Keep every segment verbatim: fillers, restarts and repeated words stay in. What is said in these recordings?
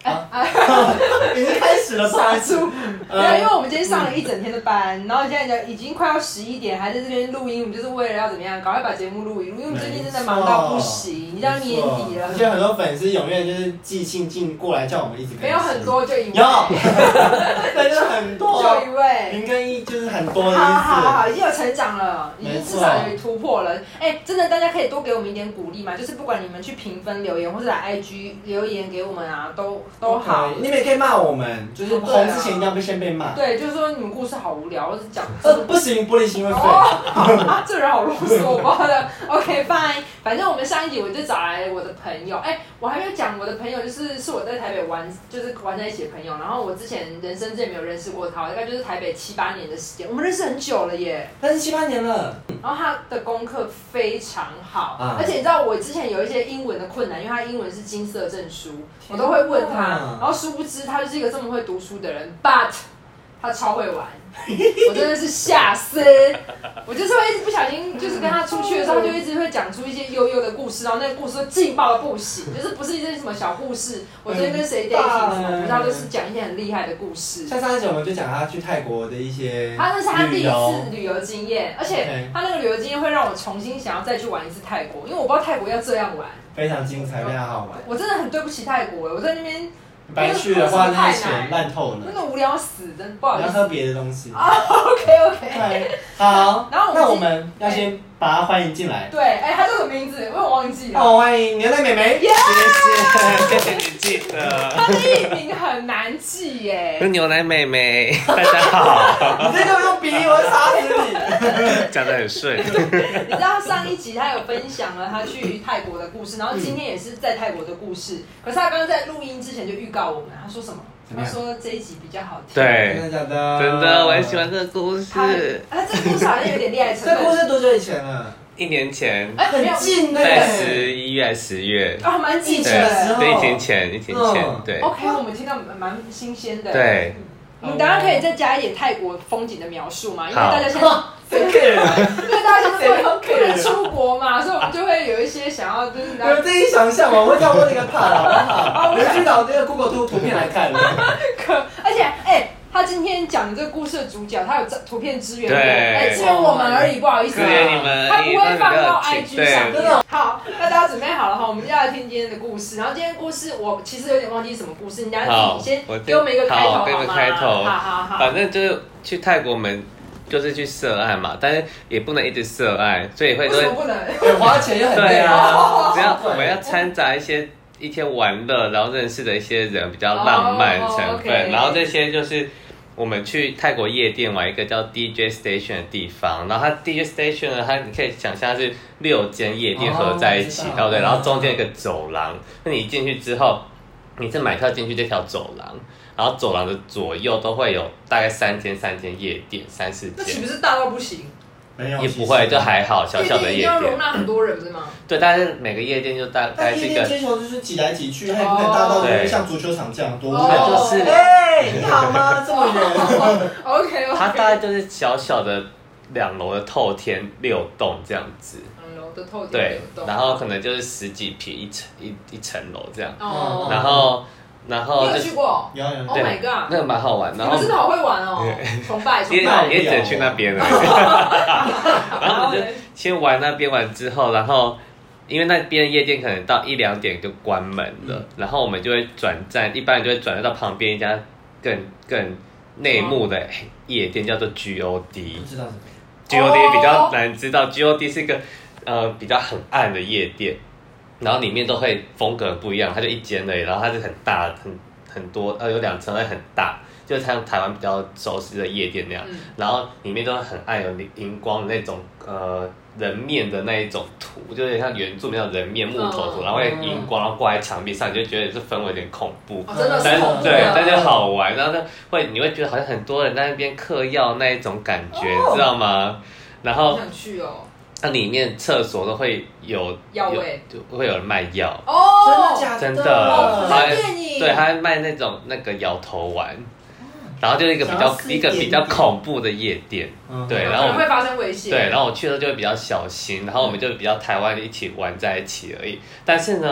啊啊、已经开始了， 傻猪。对、嗯，因为我们今天上了一整天的班，然后现在已经快要十一点，还在这边录音，我们就是为了要怎么样，赶快把节目录一录，因为我们最近真的忙到不行，你知道年底了， 而且很多粉丝踊跃就是寄信进过来叫我们一直没有很多就一位， 有，对，就是很多， 就一位， 零跟一就是很多的意思。 好好好，已经有成长了，已经至少有突破了。哎、欸，真的，大家可以多给我们一点鼓励嘛，就是不管你们去评分留言，或者来 I G 留言给我们啊，都都好。 你们也可以骂我们，就是红之前一定要被先被骂。 对，就是说你们故事好无聊，或者讲呃不行，玻璃心会碎。 哦啊，这人好啰嗦，我不知道的。OK fine， 反正我们上一集我就找来我的朋友，哎、欸，我还没有讲我的朋友，就是是我在台北玩，就是玩在一起的朋友。然后我之前人生之前没有认识过他，大概就是台北七八年的时间，我们认识很久了耶。 但是七八年了。 然后他的功课非常好，啊、而且你知道我之前有一些英文的困难，因为他英文是金色证书，我都会问他，然后殊不知他就是一个这么会读书的人 ，but 他超会玩，我真的是吓死！我就是会一直不小心，就是跟他出去的时候，他就一直会讲出一些悠悠的故事，然后那个故事都劲爆的不行，就是不是一些什么小故事，我昨天跟谁 dating 什么，不知道，都是讲一些很厉害的故事。 像上一集我们就讲他去泰国的一些， 他那是他第一次旅游经验，而且他那个旅游经验会让我重新想要再去玩一次泰国，因为我不知道泰国要这样玩， 非常精彩，非常好玩。 我真的很对不起泰国，我在那边。 白去的话，那些钱烂透了， 真的无聊死，真不好意思。 你要喝别的东西。 啊 ，OK OK。 好，然后那我们要先把他欢迎进来。 对，哎、欸，他叫什么名字？我有忘记了。 哦，欢迎牛奶妹妹。 谢谢，谢谢你记得。 他的艺名很难记耶。 是牛奶妹妹，大家好。 你这个用鼻音，我会杀死你。 讲得很顺。 你知道上一集他有分享了他去泰国的故事，然后今天也是在泰国的故事。可是他刚刚在录音之前就预告我们，他说什么？他说这一集比较好听。 对， 真的假的？ 真的，我很喜欢这个故事。 他这个故事好像有点恋爱成分。 这故事多久以前了？ 一年前。 哎， 很近在十一月、十月。 啊，蛮近的。 对，一年前，一年前，对。 OK， 我们听到蛮新鲜的。 对。 你等下可以再加一点泰国风景的描述嘛？因为大家现在。 谁 care？ 因为大家现在不能出国嘛，所以我们就会有一些想要就是。 有自己想象，我会跳过那个 part 好不好？我去找这个 Google 图图片来看。 可而且哎、欸，他今天讲的这个故事的主角，他有图片支援我， 哎、 欸，支援我们而已，不好意思、啊。 支援你们， 他不会放到 I G 上面。 真的。 好，那大家准备好了哈，我们就要来听今天的故事。然后今天的故事我其实有点忘记什么故事，你等下自己先给我们一个开头好吗？ 给个开头。 好好好。 反正就是去泰国门。就是去涉案嘛，但是也不能一直涉案，所以会为什么不能？ 欸、花钱又很累。 对啊，只要我们要掺杂一些一天玩乐，然后认识的一些人比较浪漫成分， oh, okay. 然后这些就是我们去泰国夜店玩一个叫 D J Station 的地方，然后它 D J Station 呢，它你可以想象是六间夜店合在一起，对不对？然后中间有个走廊，那你一进去之后，你是买票进去这条走廊。然后走廊的左右都会有大概三间三间夜店，三四间。 那岂不是大到不行？ 没有， 也不会，就还好，小小的夜店。 要容纳很多人，不是吗？ 对，但是每个夜店就大概是一个。 夜店接球就是挤来挤去，它也不可能大到就是像足球场这样多。 哦，就是。 哎，你好吗？这么远。 OK OK。 它大概就是小小的两楼的透天六栋这样子。 两楼的透天对， 六栋。 然后可能就是十几平一层一一层楼这样。 哦。 然后。然后你有去过？ 有有。 Oh my god， 那个蛮好玩。然后你们真的好会玩哦，崇拜崇拜。 也也只能去那边了。然后我就先玩那边玩之后，然后因为那边夜店可能到一两点就关门了，嗯、然后我们就会转站，一般人就会转到旁边一家更更内幕的夜店，叫做 G O D。 不知道什么 ？G O D 比较难知道、哦、，G O D 是一个呃比较很暗的夜店。然后里面都会风格不一样，它就一间而已，然后它是很大很很多呃有两层，会很大，就是像台湾比较熟悉的夜店那样。嗯、然后里面都很暗，有荧光的那种呃人面的那一种图，就是像原住民那种人面木头图，嗯、然后会荧光，然后挂在墙壁上，你就觉得这氛围有点恐怖。 哦、真的是恐怖。 对，但就好玩，然后呢会你会觉得好像很多人在那边嗑药那一种感觉，哦、知道吗？然后。 想去哦。 那里面厕所都会有药味， 会有人卖药哦， 真的假的？ 真的， 像电影， 对，他卖那种那个摇头丸，然后就是一个比较一个比较恐怖的夜店， 嗯、 对，然后可能会发生危险， 对，然后我去的时候就会比较小心，然后我们就比较台湾一起玩在一起而已。但是呢，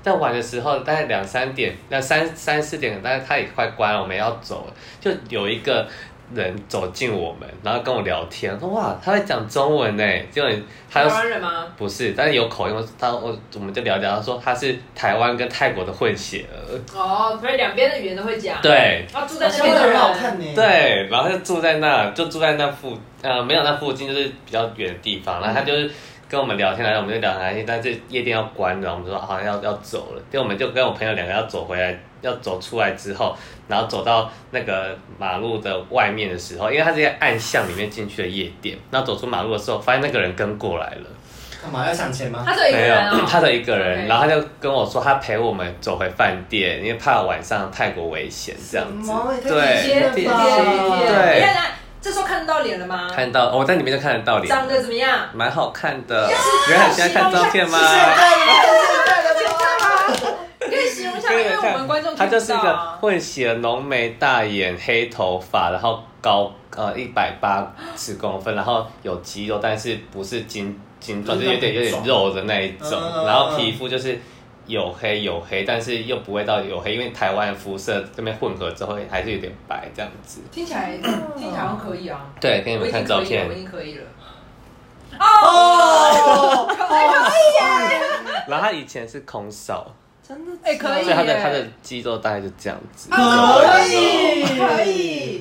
在玩的时候，大概两三点，那三三四点，但是他也快关了，我们要走了，就有一个人走进我们，然后跟我聊天，说哇，他会讲中文呢，结果他台湾人吗？ 不是，但是有口音。他我我们就聊聊，他说他是台湾跟泰国的混血儿。 哦，所以两边的语言都会讲。 对。 然后住在那边的人好看呢。 对，然后就住在那，就住在那附呃没有那附近，就是比较远的地方。然后他就是跟我们聊天来，我们就聊天，但是夜店要关了，我们说好像要要走了，所以我们就跟我朋友两个要走回来，要走出来之后，然后走到那个马路的外面的时候，因为它是在暗巷里面进去的夜店，然后走出马路的时候，发现那个人跟过来了。 干嘛要抢钱吗？ 他只有一个人、哦、 没有，他的一个人， okay. 然后他就跟我说，他陪我们走回饭店，因为怕晚上泰国危险这样子。 对， 贴贴贴。 对。 这时候看得到脸了吗？ 看到，我、哦、在里面就看得到脸。 长得怎么样？ 蛮好看的。原来现在看照片吗？ 现在的吗？你可以形容一下，因为我们观众听不到、啊。 他就是一个混血，浓眉大眼，黑头发，然后高呃一百八十公分，然后有肌肉，但是不是精精壮，就有点有点肉的那一种，然后皮肤就是。黝黑黝黑，但是又不会到黝黑，因为台湾肤色这边混合之后还是有点白这样子。 听起来听起来好像可以啊。 对，给你们看照片。 我已经可以了。哦，可以耶！ 然后他以前是空少， 真的哎可以， 所以他的他的肌肉大概就这样子。 可以可以。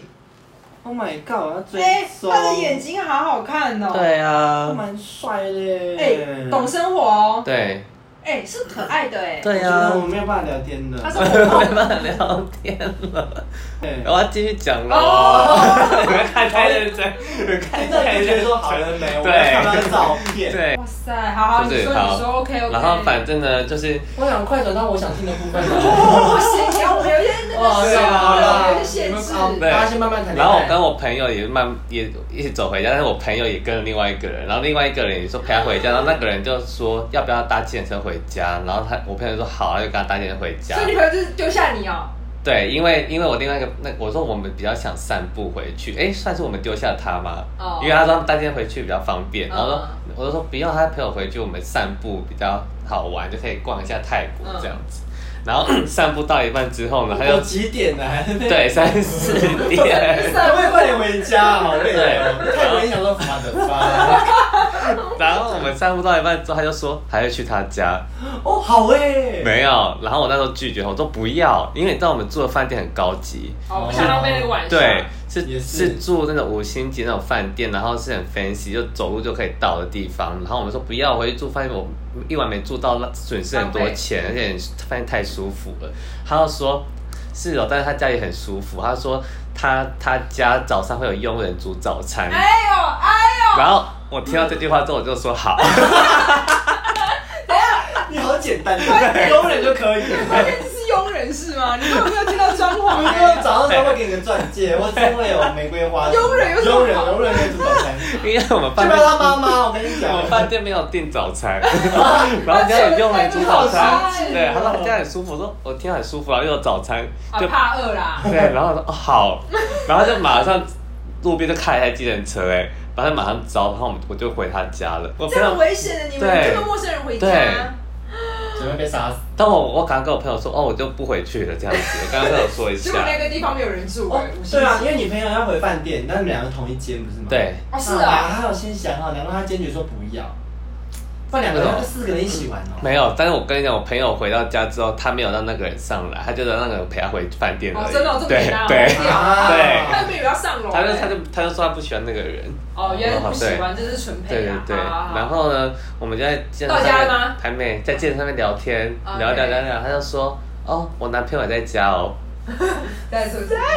Oh my god！ 我要追踪。他的眼睛好好看哦。 对啊。 蛮帅的。 哎，懂生活哦。 对。 哎、欸，是可爱的哎、欸。 对啊， 我没有办法聊天的。 他是我没办法聊天了。我要继续讲了。你们看太认真，你们看太认真。 觉得说好了没？我看他的照片。 对。 哇塞，好好，你说你说 OK OK。 然后反正呢，就是我想快转到我想听的部分。 不行，然后我们有一些那个对啊， 有一些限制。 对。 大家先慢慢谈。 然后我跟我朋友也慢也一起走回家，但是我朋友也跟了另外一个人，然后另外一个人也说陪他回家，然后那个人就说要不要搭计程车回家，然后他我朋友说好，他就跟他搭计程车回家。 所以你朋友就是丢下你哦。 对，因为因为我另外一个那我说我们比较想散步回去，哎，算是我们丢下他吗？哦。因为他说搭计程回去比较方便，然后说、嗯、我就说不用，他陪我回去，我们散步比较好玩，就可以逛一下泰国这样子。嗯然后散步到一半之后呢，他就几点呢？ 对，三四点。 可不可以快点回家？好累哦。泰国影响都发的发。 然后我们散步到一半之后，他就说还要去他家。 哦，好哎。 没有，然后我那时候拒绝，我说不要，因为你知道我们住的饭店很高级。 哦，不想浪费那个晚上。 对，是是住那种五星级那种饭店，然后是很 fancy， 就走路就可以到的地方。然后我们说不要，回去住饭店，我一晚没住到，损失很多钱，而且饭店太舒服了。他就说，是哦，但是他家也很舒服。他说他他家早上会有佣人煮早餐。 哎呦哎呦！ 然后我听到这句话之后，我就说好。 等一下， 你好简单，佣人就可以。 关键是佣人是吗？你根本没有听到装潢。 你说早上他会给你个钻戒，或是会有玫瑰花。佣人有佣人佣人可以煮早餐。 因为我们饭店就他妈妈，我跟你讲， 我们饭店没有订早餐，然后家有佣人煮早餐。对，他说他家很舒服，我说我听很舒服，然后又有早餐， 就怕饿啦。 对，然后我说哦好，然后就马上路边就开一台计程车，哎，然后马上招，然后我们我就回他家了。 这很危险的，你们这个陌生人回家。 准备被杀死。 但我我刚刚跟我朋友说，哦，我就不回去了这样子。我刚刚跟我说一下。 结果那个地方没有人住。 哦，对啊，因为你朋友要回饭店，但你们两个同一间不是吗？ 对。 哦，是啊。 他有先想好，然后他坚决说不要。不然两个人就四个人一起玩哦。 没有，但是我跟你讲，我朋友回到家之后，他没有让那个人上来，他就让那个人陪他回饭店而已。 哦，真的，这么简单。 对对。 他没有要上楼。 他就他就他就说他不喜欢那个人。 哦，原来不喜欢，这是纯配。 对对对。然后呢，我们就在健身到家了吗？ 还没，在健身上面聊天，聊聊聊聊，他就说，哦，我男朋友也在家哦。 在是不是？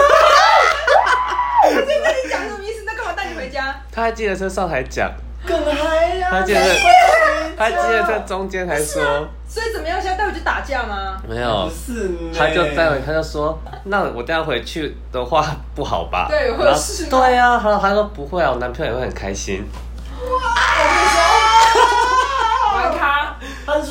我在跟你讲什么意思？那干嘛带你回家？ 他在计程车上还讲。 更嗨呀！ 他记得，他记得在中间还说， 所以怎么样？现在带回去打架吗？ 没有， 不是， 他就带回，他就说，那我带回去的话不好吧？ 对，会有事吗？ 对呀，然后他说不会啊，我男朋友也会很开心。 哇！玩咖， 他是说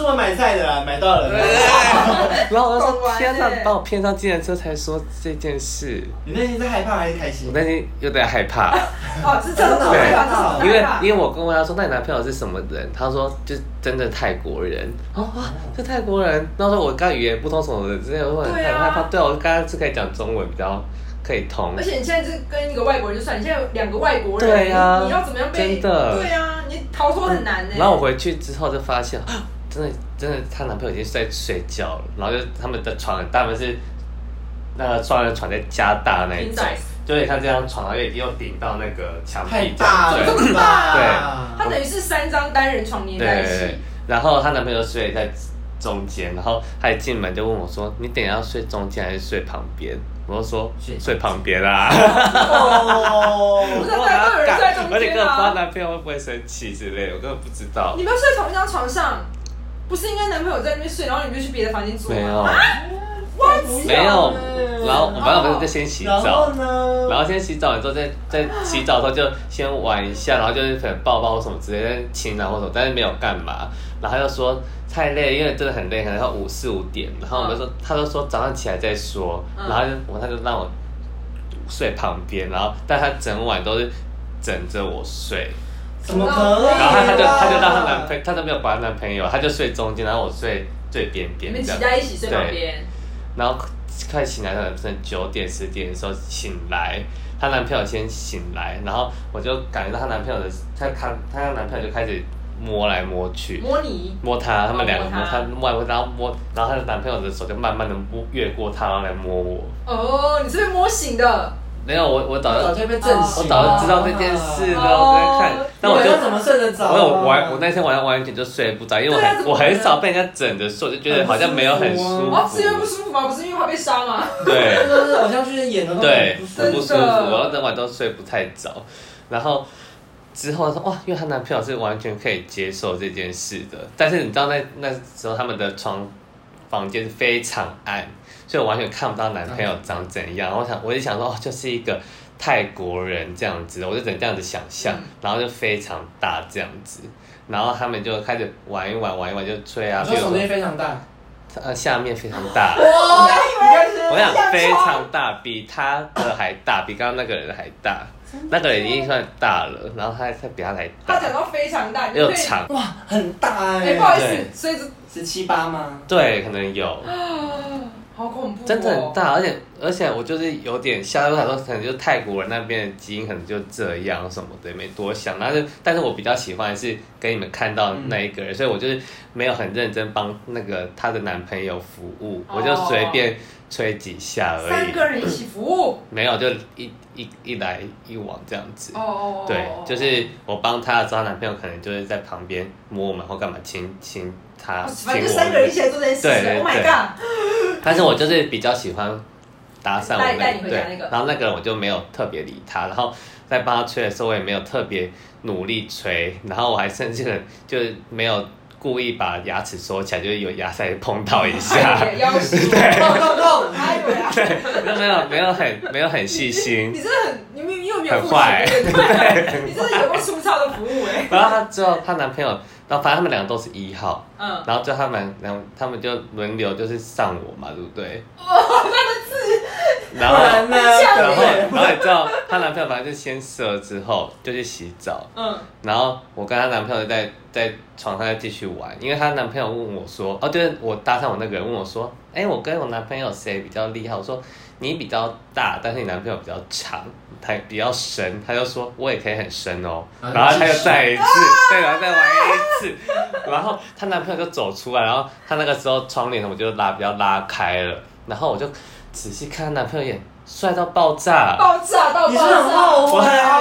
门买菜的啦，买到了。 然后我就说天哪，把我骗上计程车才说这件事。 你内心是害怕还是开心？ 我内心有点害怕。 哦，是真的害怕， 因为因为我跟他说，那你男朋友是什么人？他说就是真的泰国人。哦哇，是泰国人。然后说我刚语言不通什么的，之前我很害怕。对，我刚刚是可以讲中文比较。可以通， 而且你现在是跟一个外国人就算，你现在有两个外国人， 对啊， 你要怎么样被？ 真的， 对啊，你逃脱很难呢。 然后我回去之后就发现，真的真的，她男朋友已经在睡觉了，然后就他们的床很大，他们是那个双人床在加大那一种，就有点像这张床，然后又顶到那个墙壁， 太大了， 这么大， 对， 它等于是三张单人床连在一起。 然后她男朋友睡在中间，然后他一进门就问我说：“你等一下要睡中间还是睡旁边？”我就说：“睡旁边啦。” 哦，不知道大家都有人睡中间啊。 而且根本不知道男朋友会不会生气之类的，我根本不知道。 你们要睡同一张床上，不是应该男朋友在那边睡，然后你们就去别的房间住吗？ 没有， 没有。然后我们不是先洗澡， 然后呢？ 然后先洗澡完之后，再在洗澡的时候就先玩一下，然后就是可能抱抱或什么之类的，亲啊或什么，但是没有干嘛。然后他就说太累，因为真的很累，可能要五四五点。然后我们说，他就说早上起来再说。然后我他就让我睡旁边，然后但他整晚都是枕着我睡。 怎么可能？ 然后他他就他就让他男朋友，他都没有管他男朋友，他就睡中间，然后我睡最边边。 你们挤在一起睡旁边。 然后快醒来，可能剩九点十点的时候醒来，她男朋友先醒来，然后我就感觉到她男朋友的，她她她男朋友就开始摸来摸去， 摸你， 摸她，他们两个摸她，摸来摸，然后摸，然后她的男朋友的手就慢慢的摸越过她，然后来摸我。 哦，你是被摸醒的。 没有，我我早就被震醒， 我早就知道这件事了，我在看，但我就怎么睡得着？ 我有完，我那天晚上完全就睡不着，因为我很我很少被人家枕着睡，我就觉得好像没有很舒服。 哦，是因为不舒服吗？不是因为怕被杀吗？ 对， 就是偶像剧演的都对， 很不舒服，然后整晚都睡不太着，然后。之后说哇，因为她男朋友是完全可以接受这件事的，但是你知道那那时候他们的床房间非常暗，所以我完全看不到男朋友长怎样。我想我就想说哦，就是一个泰国人这样子，我就只能这样子想象，然后就非常大这样子，然后他们就开始玩一玩玩一玩就吹啊， 你说手机非常大， 呃下面非常大， 哇， 我想非常大，比他的还大，比刚刚那个人还大。那个人已经算大了，然后他他比他还大。 他讲到非常大， 又长， 哇，很大哎！ 哎，不好意思，所以十七八吗？ 对，可能有。 好恐怖！ 真的很大，而且而且我就是有点吓到，想说可能就是泰国人那边的基因可能就这样什么的，没多想。但是但是我比较喜欢的是跟你们看到那一个人，所以我就是没有很认真帮那个她的男朋友服务，我就随便吹几下而已。 三个人一起服务？ 没有，就一一一来一往这样子。 哦哦对，就是我帮她的时候，她男朋友可能就是在旁边摸我们或干嘛亲亲她，亲我。 反正三个人一起来做这件事。 对对 Oh my god！ 但是我就是比较喜欢搭讪我那个，对，然后那个人我就没有特别理他，然后在帮他吹的时候我也没有特别努力吹，然后我还甚至就是没有故意把牙齿收起来，就是有牙塞碰到一下， 对， 痛痛痛， 对，就没有没有很没有很细心， 你真的很你你有没有很坏， 对，你真的有过粗糙的服务哎。 然后她之后她男朋友。然后反正他们两个都是一号， 嗯， 然后就他们两他们就轮流就是上我嘛，对不对？ 哦，他的字， 然后然后然后然后你知道她男朋友反正就先射了之后就去洗澡， 嗯， 然后我跟她男朋友在在床上再继续玩，因为她男朋友问我说，哦，就是我搭上我那个人问我说，哎，我跟我男朋友谁比较厉害？我说你比较大，但是你男朋友比较长。他比较深，他就说我也可以很深哦，然后他又再一次，对，然后再玩一次，然后她男朋友就走出来，然后她那个时候窗帘我就拉比较拉开了，然后我就仔细看她男朋友也帅到爆炸， 爆炸到爆炸， 你是很后悔，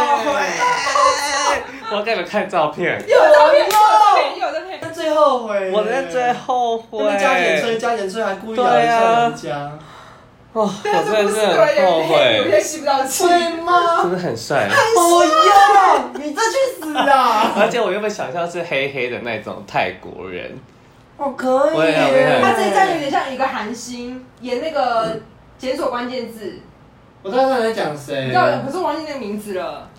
我给你们看照片， 有照片，有照片，有照片， 那最后悔， 我在最后悔， 加点吹加点吹还故意咬一下人家。 哇！我真的是很后悔， 有些吸不到气吗？ 真的很帅。 不要，你这去死啊！ 而且我原本想象是黑黑的那种泰国人。 哦，可以耶！ 他这一站有点像一个韩星演那个检索关键字。 我知道他在讲谁。 要，可是我忘记那个名字了。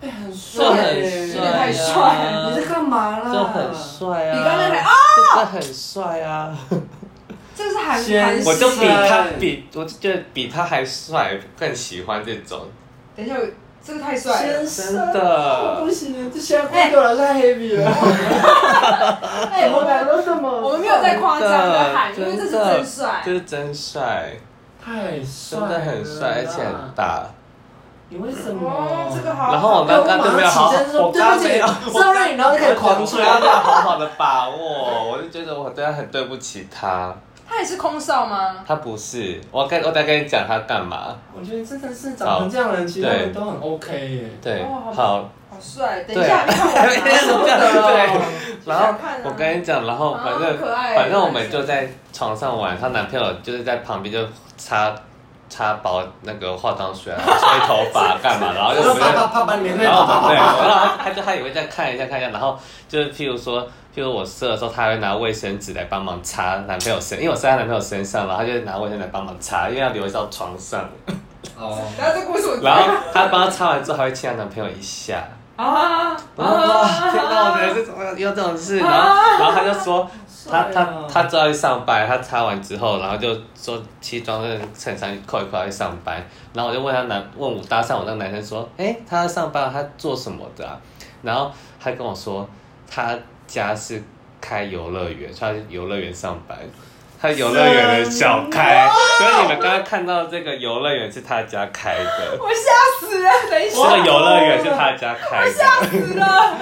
哎，很帅，有点太帅。 你在干嘛啦？ 就很帅啊！ 比刚才还啊， 这个很帅啊！ 这是韩韩我就比他比，我就觉得比他还帅，更喜欢这种。 等一下，这个太帅了， 真的。 不行，这现在对我来说太 heavy 了。哎，我俩都这么， 我们没有在夸张的喊，因为这是真帅， 这是真帅， 太帅， 真的很帅，而且很大。 你为什么？ 这个好。 然后我刚刚就没有好，我刚没有 ，sorry， 然后就开始狂吹， 没有好好的把握，我就觉得我对他很对不起他。 他也是空少吗？ 他不是，我跟我再跟你讲他干嘛。 我觉得真的是长成这样的人，其实他们都很 OK 耶。 对，好， 好帅。等一下，你看我， 对，然后我跟你讲，然后反正反正我们就在床上玩，她男朋友就是在旁边就擦。擦包那个化妆水啊，吹头发干嘛？然后就怕怕怕把你然后对，然后他就他也会这样看一下看一下，然后就是譬如说，譬如我射的时候，他会拿卫生纸来帮忙擦男朋友身，因为我射在男朋友身上，然后他就拿卫生纸来帮忙擦，因为要留到床上。 哦。然后这故事。 然后他帮他擦完之后，还会亲他男朋友一下。啊！然后哇，天哪！我觉得这怎么有这种事？然后然后他就说。他他他就要去上班，他擦完之后，然后就说西装跟衬衫扣一扣要去上班，然后我就问他男问我搭上我那个男生说，哎、欸，他要上班，他做什么的啊？然后他跟我说，他家是开游乐园，他去游乐园上班，他游乐园的小开，所以你们刚刚看到这个游乐园是他家开的。 我吓死了，等一下。 这个游乐园是他家开的。 我吓死了。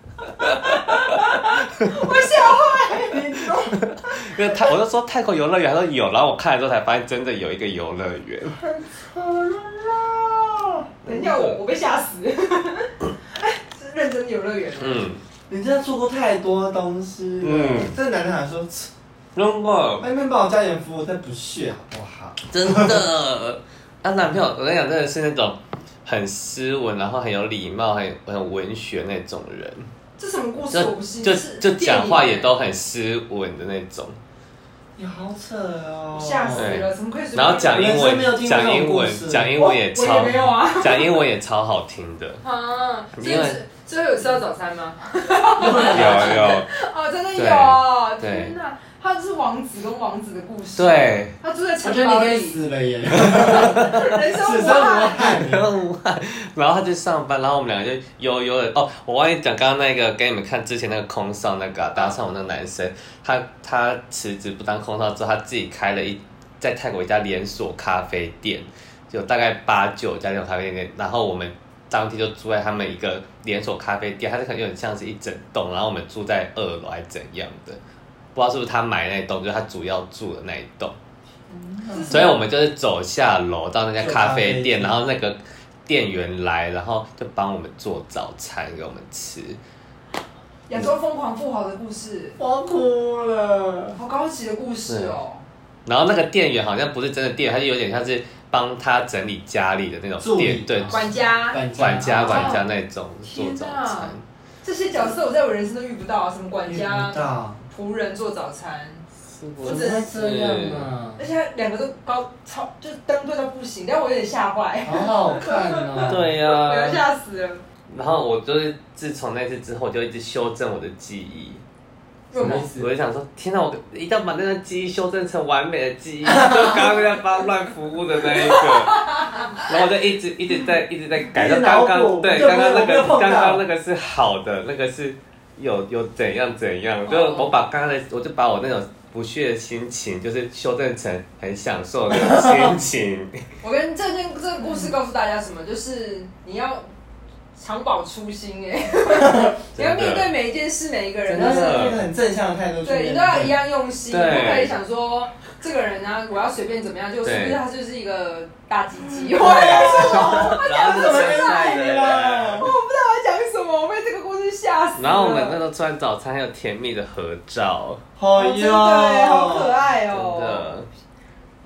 我吓坏你！ 因为泰，我就说泰国游乐园，他说有，然后我看了之后才发现真的有一个游乐园。 太扯了啦！ 等一下，我我被吓死。哎，是认真游乐园。 嗯。 人家做过太多东西。嗯。这个男的还说， 真的。 外面帮我加点服务，但不屑好不好？ 真的。啊，男朋友，我跟你讲，真的是那种很斯文，然后很有礼貌，很很文学那种人。 这什么故事？我不是就就讲话也都很斯文的那种。 你好扯哦！ 吓死了，怎么可以？ 然后讲英文，讲英文，讲英文也超，讲英文也超好听的。 啊，因为最后有吃到早餐吗？有有。 哦，真的有！天哪，他是王子跟王子的故事。 对。 他住在城堡里。 我觉得你可以死了耶！ 人生无憾， 人生无憾。然后他就上班，然后我们两个就悠悠的。哦，我忘记讲刚刚那个，给你们看之前那个空少那个、啊、搭上我那个男生，他他辞职不当空少之后，他自己开了一在泰国一家连锁咖啡店，有大概八九家连锁咖啡店，然后我们当天就住在他们一个连锁咖啡店，它是可能有点像是一整栋，然后我们住在二楼还是怎样的，不知道是不是他买那栋，就是他主要住的那一栋。嗯、所以我们就是走下楼到那家咖啡店，然后那个店员来，然后就帮我们做早餐给我们吃。 亚洲疯狂富豪的故事， 我哭了， 好高级的故事哦。 然后那个店员好像不是真的店员，他就有点像是帮他整理家里的那种店，对， 管家、 管家、管家那种做早餐。 这些角色我在我人生都遇不到，什么管家、仆人做早餐。 我只是这样啊！ 而且他两个都高超，就是登对到不行，但我有点吓坏。 好好看哦！ 对呀、啊， 我要吓死了。 然后我就是自从那次之后，就一直修正我的记忆。 什么意思？ 我就想说，天哪！我一定要把那个记忆修正成完美的记忆，就刚刚在帮乱服务的那一个。然后我就一直一直在一直在改。刚刚对，刚刚那个刚刚那个是好的，那个是有有怎样怎样，就我把刚刚的，我就把我那种。不屑的心情，就是修正成很享受的心情。 我跟这件这个故事告诉大家什么？就是你要常保初心哎、欸，你要面对每一件事、每一个人， 都是一个很正向的态度。 对，你都要一样用心，不可以想说这个人啊，我要随便怎么样，就是不是他就是一个大鸡鸡？我要讲什么来？我不知道我要讲什么，我被这个故事吓死了。 然后我们那时候吃完早餐，还有甜蜜的合照。 好哟，真的好可爱哦！ 真的，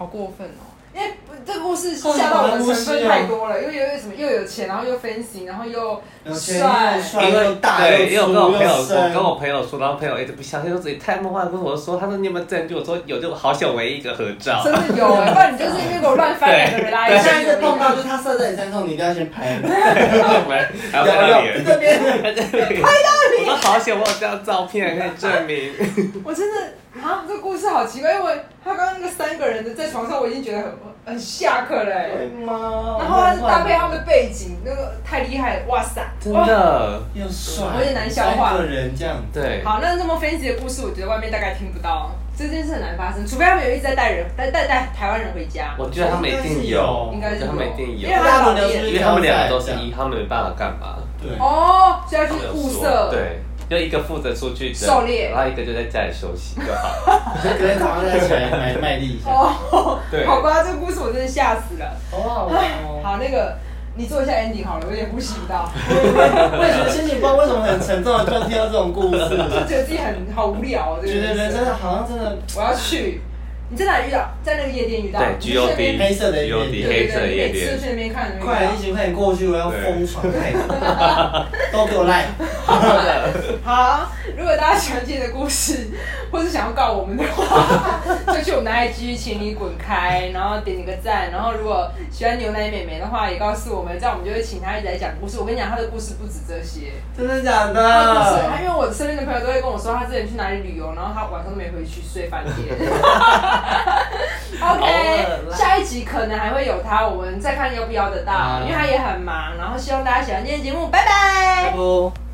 好过分哦！因为这个故事吓到我的成分太多了，因为有什么又有钱，然后又 fancy， 然后又帅， 又大对，因为我跟我朋友， 我跟我朋友说，然后朋友一直不相信，说自己太梦幻故事。我说，他说你有没有证据？我说有，就好险唯一一个合照。 真的有哎，不然你就是因为给我乱翻两个人来。 现在是碰到，就是他射在你身上，你一定要先拍。 还要拍到你， 这边拍到你。 我说好险，我有这张照片可以证明。 我真的啊，这个故事好奇怪，因为他刚刚那个三个人的在床上，我已经觉得很很下课了哎。妈！然后他搭配他们的背景，那个太厉害了，哇塞！ 真的又帅， 有点难消化。 三个人这样， 对。 好，那这么 fancy 的故事，我觉得外面大概听不到。这件事很难发生，除非他们有一直在带人，带带带台湾人回家。 我觉得他们一定有， 应该是他们一定有， 因为他们因为他们两个都是一，他们没办法干嘛。 对。 哦，所以要去物色。 对。就一个负责出去狩猎， 然后一个就在家里休息就好。 隔天早上再起来卖卖力一下。 哦， 对。 好吧，这个故事我真的吓死了。 哦。 好，那个你做一下 ending 好了，我有点呼吸不到。 为什么心情不知道为什么很沉重，就听到这种故事， 就觉得自己很好无聊。 觉得人真的好像真的， 我要去。你在哪里遇到？在那个夜店遇到？ 对 ，G O D 黑色的夜店，黑色的夜店。 每次去那边看， 快一起快点过去，我要疯闯太都给我来。 好，如果大家喜欢今天的故事，或是想要告我们的话，就去我们的 I G 请你滚开，然后点你个赞。然后如果喜欢牛奶妹妹的话，也告诉我们，这样我们就会请她一直来讲故事。我跟你讲，她的故事不止这些。 真的假的？ 她的故事，因为我身边的朋友都会跟我说，她之前去哪里旅游，然后她晚上都没回去，睡饭店。OK， 下一集可能还会有他，我们再看要不要得到，因为他也很忙。然后希望大家喜欢今天的节目，拜拜。 拜拜。